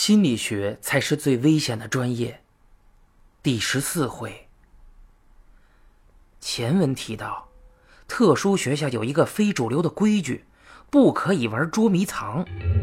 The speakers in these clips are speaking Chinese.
心理学才是最危险的专业。第14回，前文提到，特殊学校有一个非主流的规矩，不可以玩捉迷藏。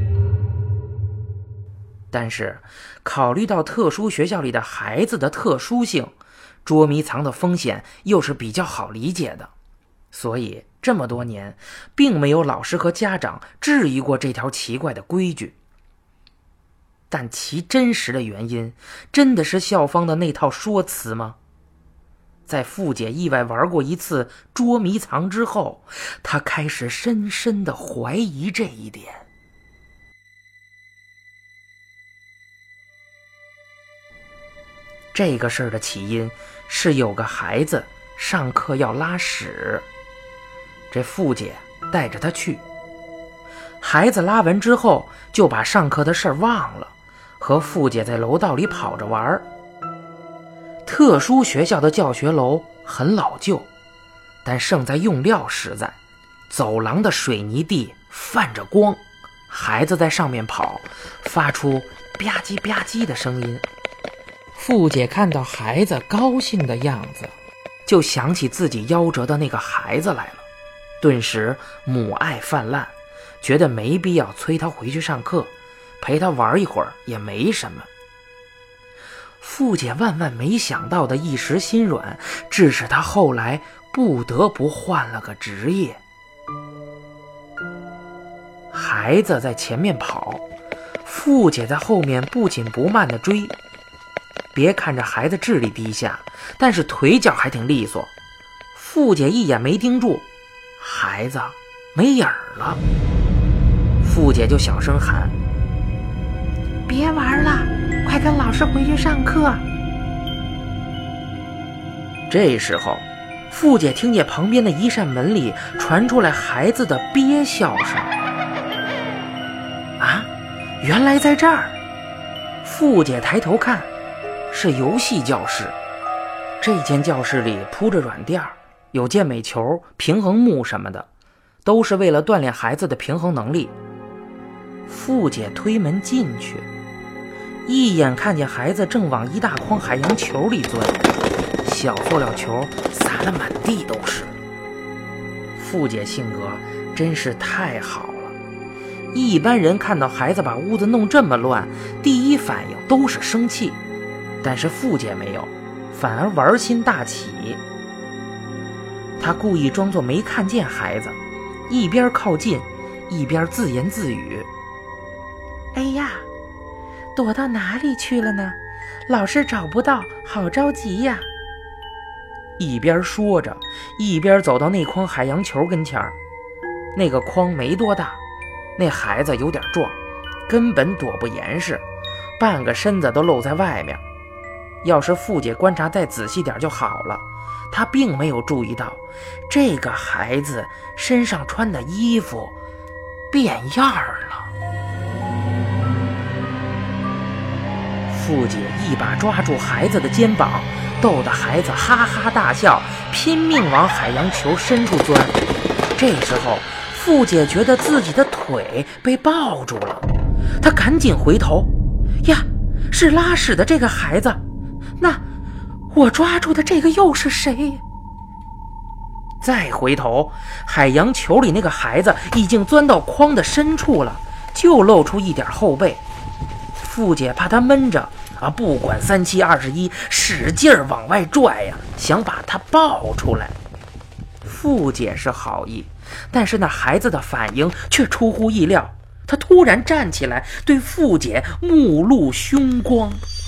但是考虑到特殊学校里的孩子的特殊性，捉迷藏的风险又是比较好理解的，所以这么多年并没有老师和家长质疑过这条奇怪的规矩。但其真实的原因真的是校方的那套说辞吗？在付姐意外玩过一次捉迷藏之后，她开始深深地怀疑这一点。这个事儿的起因是有个孩子上课要拉屎，这付姐带着他去，孩子拉完之后就把上课的事儿忘了，和付姐在楼道里跑着玩。特殊学校的教学楼很老旧，但胜在用料实在，走廊的水泥地泛着光，孩子在上面跑，发出吧唧吧唧的声音。付姐看到孩子高兴的样子，就想起自己夭折的那个孩子来了，顿时母爱泛滥，觉得没必要催他回去上课，陪他玩一会儿也没什么。付姐万万没想到的一时心软，致使她后来不得不换了个职业。孩子在前面跑，付姐在后面不紧不慢地追。别看着孩子智力低下，但是腿脚还挺利索。付姐一眼没盯住，孩子没影儿了。付姐就小声喊：别玩了，快跟老师回去上课。这时候付姐听见旁边的一扇门里传出来孩子的憋笑声。啊，原来在这儿。付姐抬头看，是游戏教室。这间教室里铺着软垫，有健美球、平衡木什么的，都是为了锻炼孩子的平衡能力。付姐推门进去，一眼看见孩子正往一大筐海洋球里钻，小塑料球撒得满地都是。付姐性格真是太好了，一般人看到孩子把屋子弄这么乱，第一反应都是生气，但是付姐没有，反而玩心大起。她故意装作没看见孩子，一边靠近一边自言自语：哎呀，躲到哪里去了呢？老师找不到，好着急呀。一边说着，一边走到那筐海洋球跟前儿。那个筐没多大，那孩子有点壮，根本躲不严实，半个身子都露在外面。要是付姐观察再仔细点就好了，她并没有注意到这个孩子身上穿的衣服变样了。付姐一把抓住孩子的肩膀，逗得孩子哈哈大笑，拼命往海洋球深处钻。这时候付姐觉得自己的腿被抱住了，她赶紧回头，呀，是拉屎的这个孩子，那我抓住的这个又是谁？再回头，海洋球里那个孩子已经钻到筐的深处了，就露出一点后背。付姐怕他闷着不管3七21，使劲往外拽呀，想把他抱出来。付姐是好意，但是那孩子的反应却出乎意料，他突然站起来，对付姐目露凶光。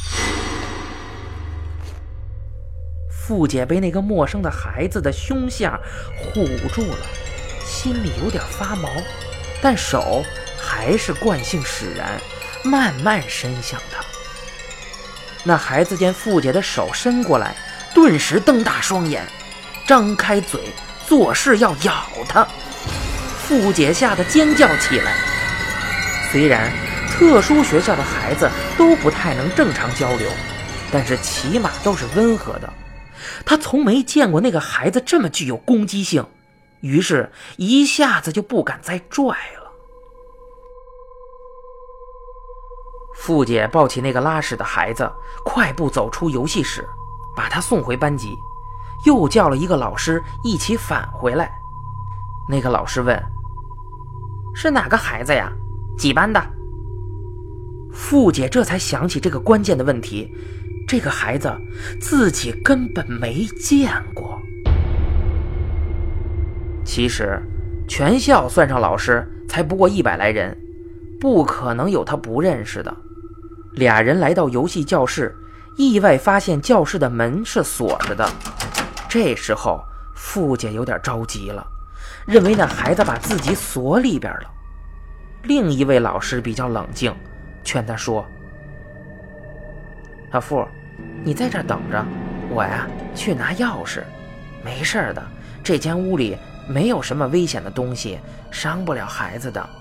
付姐被那个陌生的孩子的凶相唬住了，心里有点发毛，但手还是惯性使然，慢慢伸向他。那孩子见付姐的手伸过来，顿时瞪大双眼，张开嘴做事要咬他。付姐吓得尖叫起来。虽然特殊学校的孩子都不太能正常交流，但是起码都是温和的。她从没见过那个孩子这么具有攻击性，于是一下子就不敢再拽了。 傅姐抱起那个拉屎的孩子，快步走出游戏室，把他送回班级，又叫了一个老师一起返回来。那个老师问：是哪个孩子呀？几班的？傅姐这才想起这个关键的问题，这个孩子自己根本没见过。其实全校算上老师才不过100来人，不可能有他不认识的。俩人来到游戏教室，意外发现教室的门是锁着的。这时候傅姐有点着急了，认为那孩子把自己锁里边了。另一位老师比较冷静，劝他说：老傅，你在这等着，我呀去拿钥匙。没事的，这间屋里没有什么危险的东西，伤不了孩子的。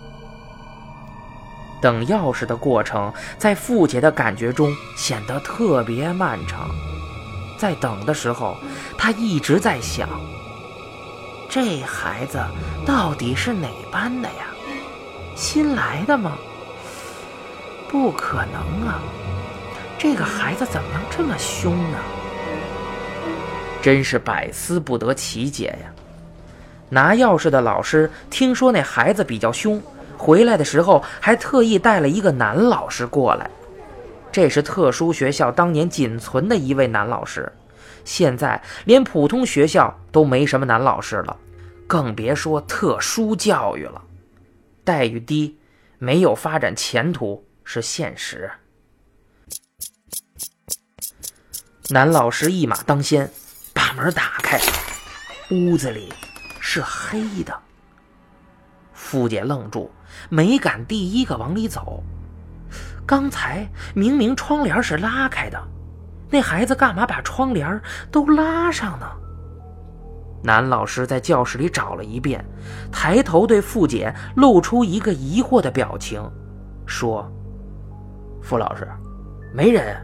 等钥匙的过程在傅姐的感觉中显得特别漫长。在等的时候，她一直在想，这孩子到底是哪班的呀？新来的吗？不可能啊，这个孩子怎么能这么凶呢？真是百思不得其解呀。拿钥匙的老师听说那孩子比较凶，回来的时候还特意带了一个男老师过来。这是特殊学校当年仅存的一位男老师，现在连普通学校都没什么男老师了，更别说特殊教育了。待遇低，没有发展前途是现实。男老师一马当先，把门打开，屋子里是黑的。傅姐愣住，没敢第一个往里走。刚才明明窗帘是拉开的，那孩子干嘛把窗帘都拉上呢？男老师在教室里找了一遍，抬头对傅姐露出一个疑惑的表情，说：傅老师，没人。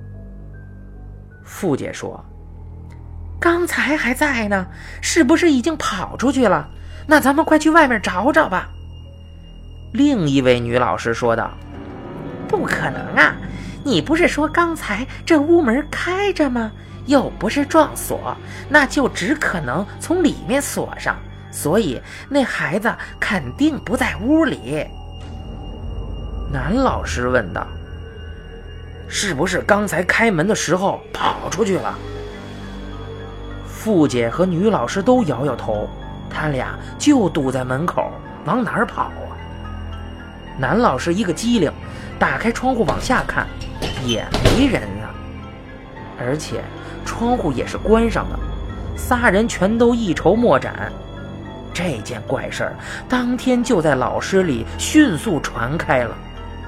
傅姐说：刚才还在呢，是不是已经跑出去了？那咱们快去外面找找吧。另一位女老师说道：不可能啊，你不是说刚才这屋门开着吗？又不是撞锁，那就只可能从里面锁上，所以那孩子肯定不在屋里。男老师问道：是不是刚才开门的时候跑出去了？傅姐和女老师都摇摇头，他俩就堵在门口，往哪儿跑啊？男老师一个机灵，打开窗户往下看，也没人啊，而且窗户也是关上的，仨人全都一筹莫展。这件怪事儿当天就在老师里迅速传开了。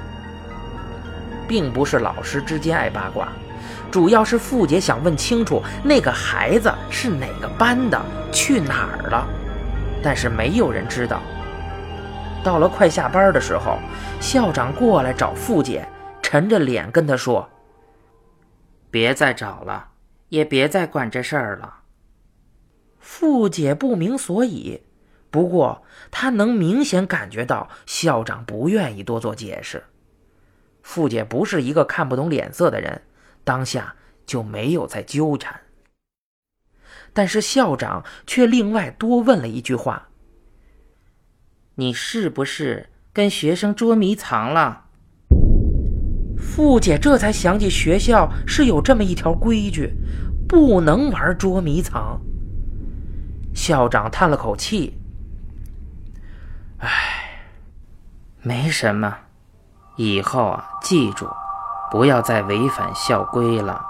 并不是老师之间爱八卦，主要是傅姐想问清楚那个孩子是哪个班的，去哪儿了，但是没有人知道。到了快下班的时候，校长过来找傅姐，沉着脸跟她说：别再找了，也别再管这事儿了。傅姐不明所以，不过她能明显感觉到校长不愿意多做解释。傅姐不是一个看不懂脸色的人，当下就没有再纠缠。但是校长却另外多问了一句话：你是不是跟学生捉迷藏了？傅姐这才想起学校是有这么一条规矩，不能玩捉迷藏。校长叹了口气：唉，没什么，以后啊，记住，不要再违反校规了。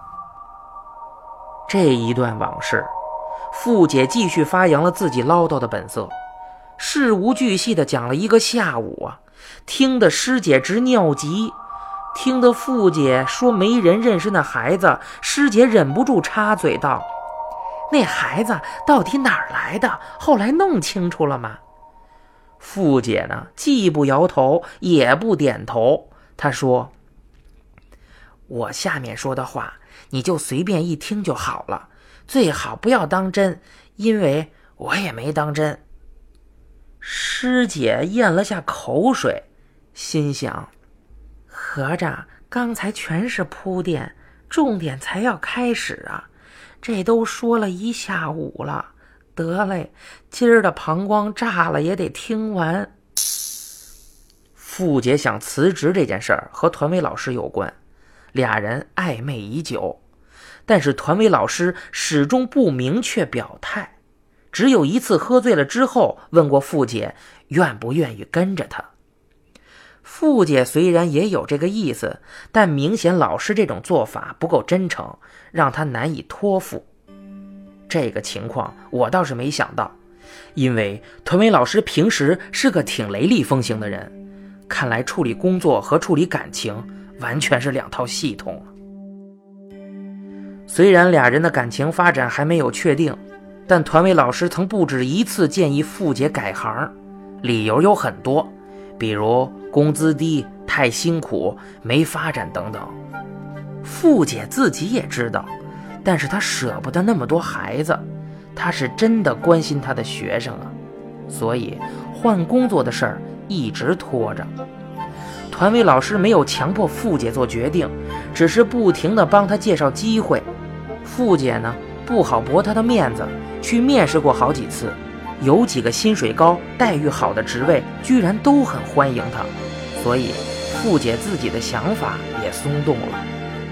这一段往事，傅姐继续发扬了自己唠叨的本色，事无巨细地讲了一个下午啊，听得师姐直尿急。听得傅姐说没人认识那孩子，师姐忍不住插嘴道：那孩子到底哪儿来的？后来弄清楚了吗？傅姐呢，既不摇头也不点头，她说：我下面说的话你就随便一听就好了，最好不要当真，因为我也没当真。师姐咽了下口水，心想： 合着刚才全是铺垫，重点才要开始啊！这都说了一下午了，得嘞，今儿的膀胱炸了也得听完。傅姐想辞职这件事儿和团委老师有关，俩人暧昧已久，但是团委老师始终不明确表态，只有一次喝醉了之后问过傅姐愿不愿意跟着他。傅姐虽然也有这个意思，但明显老师这种做法不够真诚，让她难以托付。这个情况我倒是没想到，因为团委老师平时是个挺雷厉风行的人，看来处理工作和处理感情完全是两套系统。虽然俩人的感情发展还没有确定，但团委老师曾不止一次建议傅姐改行，理由有很多，比如工资低、太辛苦、没发展等等。傅姐自己也知道，但是她舍不得那么多孩子，她是真的关心她的学生啊，所以换工作的事儿一直拖着。团委老师没有强迫傅姐做决定，只是不停地帮她介绍机会。傅姐呢，不好驳她的面子，去面试过好几次，有几个薪水高、待遇好的职位居然都很欢迎她，所以傅姐自己的想法也松动了。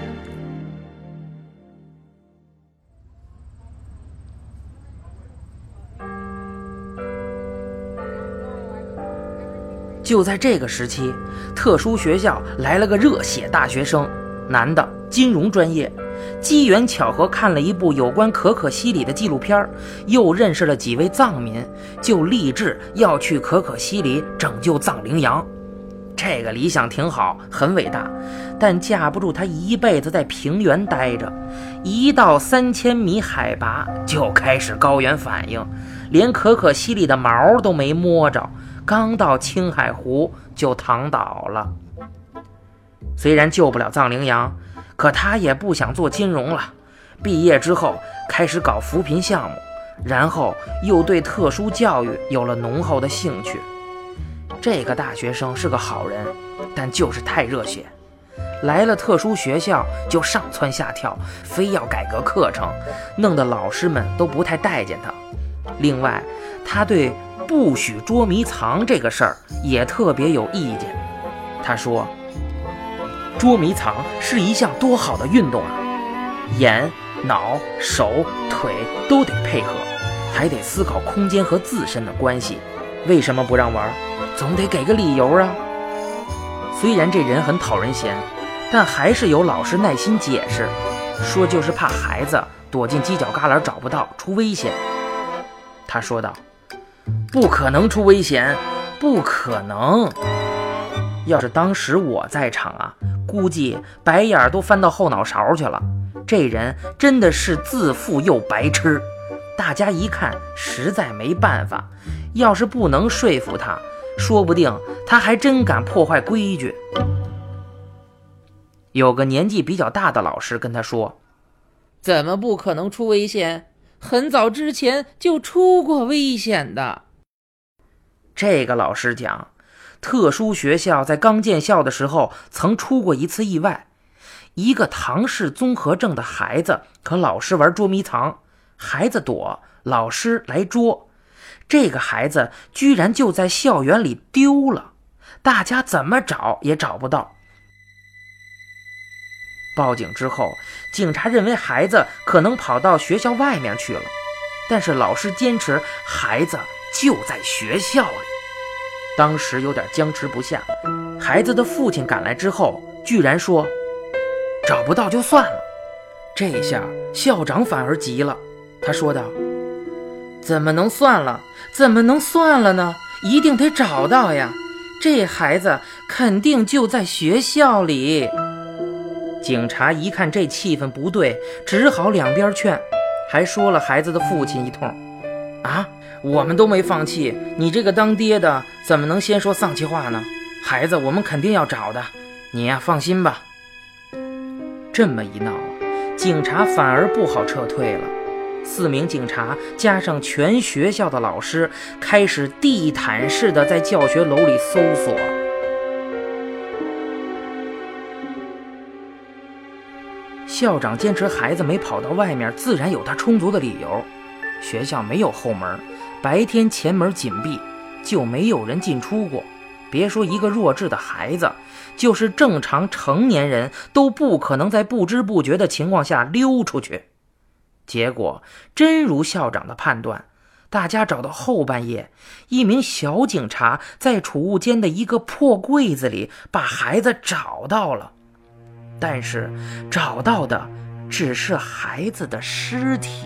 就在这个时期，特殊学校来了个热血大学生，男的，金融专业。机缘巧合看了一部有关可可西里的纪录片，又认识了几位藏民，就立志要去可可西里拯救藏羚羊。这个理想挺好，很伟大，但架不住他一辈子在平原待着，一到3000米海拔就开始高原反应，连可可西里的毛都没摸着，刚到青海湖就躺倒了。虽然救不了藏羚羊，可他也不想做金融了。毕业之后开始搞扶贫项目，然后又对特殊教育有了浓厚的兴趣。这个大学生是个好人，但就是太热血，来了特殊学校就上蹿下跳，非要改革课程，弄得老师们都不太待见他。另外，他对不许捉迷藏这个事儿也特别有意见。他说，捉迷藏是一项多好的运动啊，眼、脑、手、腿都得配合，还得思考空间和自身的关系。为什么不让玩？总得给个理由啊。虽然这人很讨人嫌，但还是有老师耐心解释，说就是怕孩子躲进犄角旮旯找不到，出危险。他说道，不可能出危险，不可能。要是当时我在场啊，估计白眼都翻到后脑勺去了。这人真的是自负又白痴，大家一看实在没办法，要是不能说服他，说不定他还真敢破坏规矩。有个年纪比较大的老师跟他说，怎么不可能出危险？很早之前就出过危险的。这个老师讲，特殊学校在刚建校的时候曾出过一次意外，一个唐氏综合症的孩子和老师玩捉迷藏，孩子躲，老师来捉，这个孩子居然就在校园里丢了，大家怎么找也找不到。报警之后，警察认为孩子可能跑到学校外面去了，但是老师坚持孩子就在学校里。当时有点僵持不下，孩子的父亲赶来之后居然说，找不到就算了。这下校长反而急了，他说道，怎么能算了？怎么能算了呢？一定得找到呀，这孩子肯定就在学校里。警察一看这气氛不对，只好两边劝，还说了孩子的父亲一通。啊，我们都没放弃，你这个当爹的怎么能先说丧气话呢？孩子我们肯定要找的，你呀放心吧。这么一闹，警察反而不好撤退了。4名警察加上全学校的老师，开始地毯式的在教学楼里搜索。 校长坚持孩子没跑到外面，自然有他充足的理由。学校没有后门，白天前门紧闭，就没有人进出过。别说一个弱智的孩子，就是正常成年人都不可能在不知不觉的情况下溜出去。结果真如校长的判断，大家找到后半夜，一名小警察在储物间的一个破柜子里把孩子找到了，但是找到的只是孩子的尸体。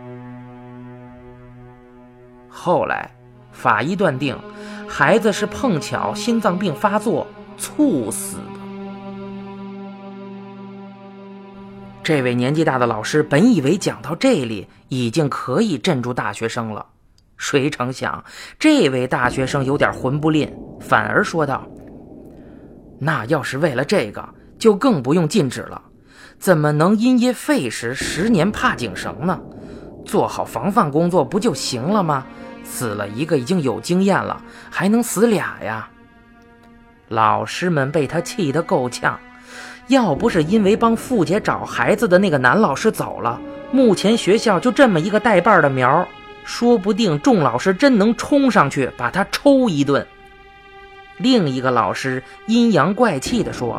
后来法医断定，孩子是碰巧心脏病发作猝死的。这位年纪大的老师本以为讲到这里已经可以镇住大学生了，谁成想这位大学生有点魂不吝，反而说道：那要是为了这个，就更不用禁止了，怎么能因噎废食10年怕井绳呢？做好防范工作不就行了吗？死了一个已经有经验了，还能死俩呀？老师们被他气得够呛，要不是因为帮傅姐找孩子的那个男老师走了，目前学校就这么一个带瓣的苗，说不定众老师真能冲上去把他抽一顿。另一个老师阴阳怪气地说：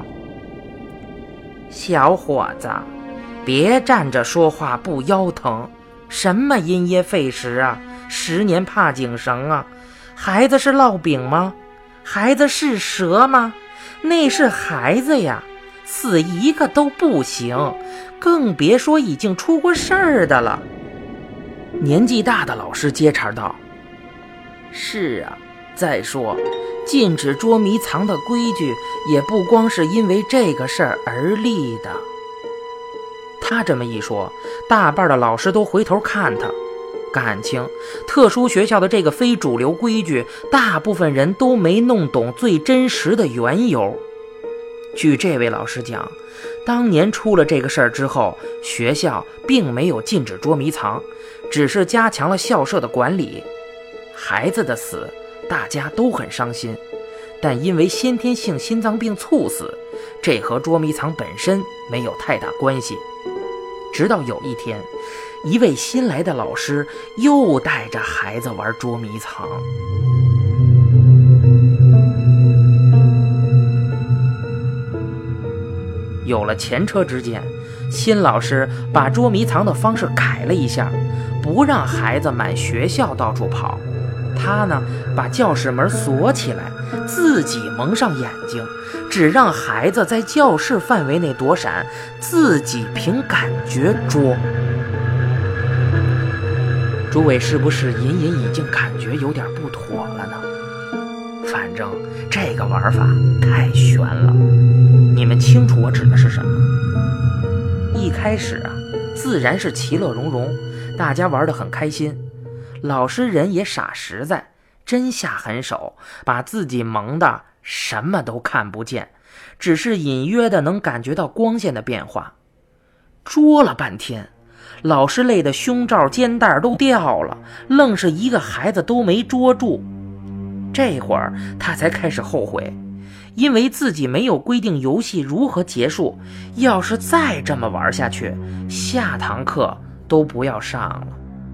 小伙子，别站着说话不腰疼，什么因噎废食啊，10年怕井绳啊，孩子是烙饼吗？孩子是蛇吗？那是孩子呀，死一个都不行，更别说已经出过事儿的了。年纪大的老师接茬道：是啊，再说禁止捉迷藏的规矩也不光是因为这个事儿而立的。他这么一说，大半的老师都回头看他，感情特殊学校的这个非主流规矩，大部分人都没弄懂最真实的缘由。据这位老师讲，当年出了这个事儿之后，学校并没有禁止捉迷藏，只是加强了校舍的管理。孩子的死大家都很伤心，但因为先天性心脏病猝死，这和捉迷藏本身没有太大关系。直到有一天，一位新来的老师又带着孩子玩捉迷藏。有了前车之鉴，新老师把捉迷藏的方式改了一下，不让孩子满学校到处跑。他呢，把教室门锁起来，自己蒙上眼睛，只让孩子在教室范围内躲闪，自己凭感觉捉。诸位是不是隐隐已经感觉有点不妥了呢？反正这个玩法太悬了，你们清楚我指的是什么？一开始啊，自然是其乐融融，大家玩得很开心。老师人也傻实在，真下狠手，把自己蒙得什么都看不见，只是隐约的能感觉到光线的变化。捉了半天，老师累得胸罩肩带都掉了，愣是一个孩子都没捉住。这会儿他才开始后悔，因为自己没有规定游戏如何结束，要是再这么玩下去，下堂课都不要上了。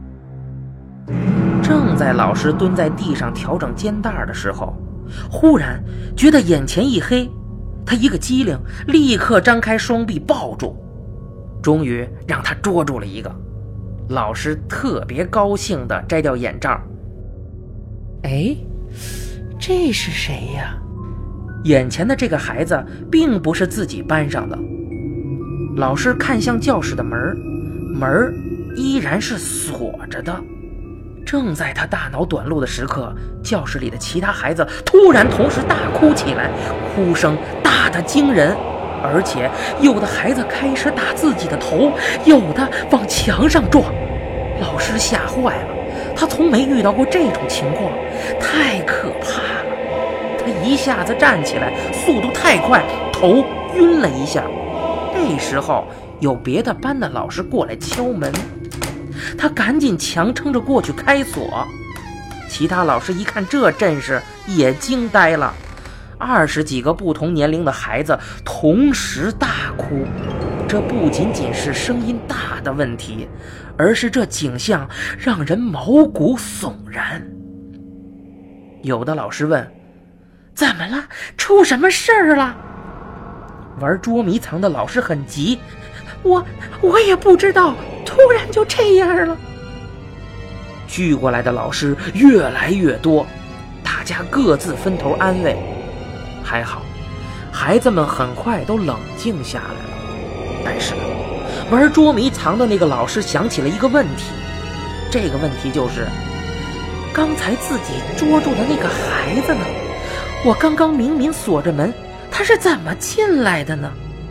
正在老师蹲在地上调整肩带的时候，忽然觉得眼前一黑，他一个机灵，立刻张开双臂抱住，终于让他捉住了一个。老师特别高兴地摘掉眼罩。哎，这是谁呀？眼前的这个孩子并不是自己班上的。老师看向教室的门依然是锁着的。正在他大脑短路的时刻，教室里的其他孩子突然同时大哭起来，哭声大得惊人，而且有的孩子开始打自己的头，有的往墙上撞。老师吓坏了，他从没遇到过这种情况，太可怕了。他一下子站起来，速度太快，头晕了一下。这时候有别的班的老师过来敲门，他赶紧强撑着过去开锁。其他老师一看这阵势也惊呆了，20几个不同年龄的孩子同时大哭， 这不仅仅是声音大的问题，而是这景象让人毛骨悚然。有的老师问：怎么了？出什么事儿了？玩捉迷藏的老师很急：我也不知道，突然就这样了。聚过来的老师越来越多，大家各自分头安慰。还好，孩子们很快都冷静下来了。但是玩捉迷藏的那个老师想起了一个问题，这个问题就是刚才自己捉住的那个孩子呢？我刚刚明明锁着门，他是怎么进来的呢？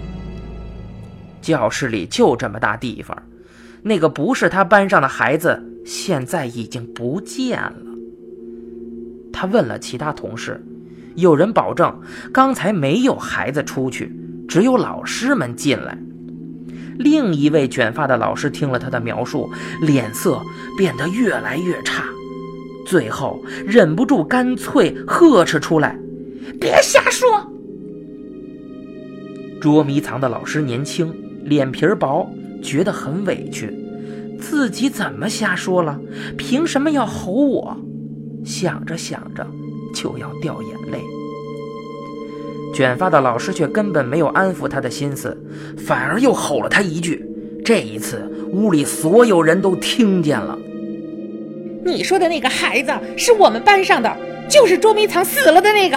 教室里就这么大地方，那个不是他班上的孩子现在已经不见了。他问了其他同事，有人保证刚才没有孩子出去，只有老师们进来。另一位卷发的老师听了他的描述，脸色变得越来越差，最后忍不住干脆呵斥出来：别瞎说！捉迷藏的老师年轻，脸皮薄，觉得很委屈，自己怎么瞎说了？凭什么要吼我？想着想着就要掉眼泪。卷发的老师却根本没有安抚他的心思，反而又吼了他一句。这一次屋里所有人都听见了。 你说的那个孩子是我们班上的，就是捉迷藏死了的那个。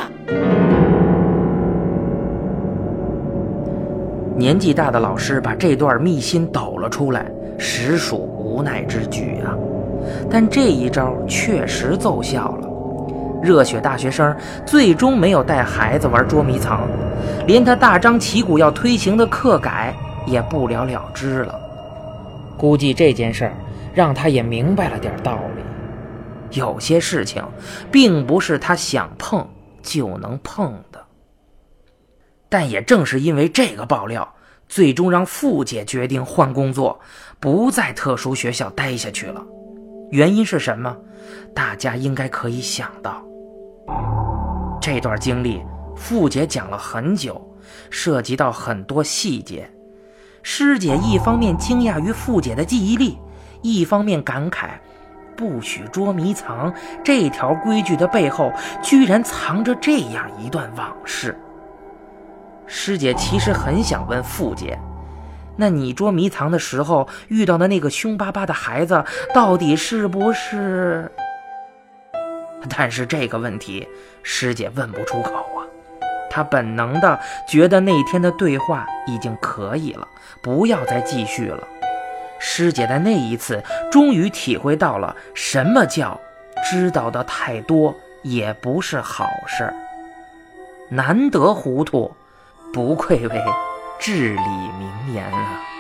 年纪大的老师把这段秘辛抖了出来，实属无奈之举啊。但这一招确实奏效了，热血大学生最终没有带孩子玩捉迷藏，连他大张旗鼓要推行的课改也不了了之了。估计这件事儿让他也明白了点道理，有些事情并不是他想碰就能碰的。但也正是因为这个爆料，最终让付姐决定换工作，不在特殊学校待下去了。原因是什么？大家应该可以想到。这段经历付姐讲了很久，涉及到很多细节。师姐一方面惊讶于付姐的记忆力，一方面感慨不许捉迷藏这条规矩的背后居然藏着这样一段往事。师姐其实很想问付姐，那你捉迷藏的时候遇到的那个凶巴巴的孩子到底是不是？但是这个问题师姐问不出口啊，她本能的觉得那天的对话已经可以了，不要再继续了。师姐在那一次终于体会到了什么叫知道的太多也不是好事，难得糊涂，不愧为至理名言啊。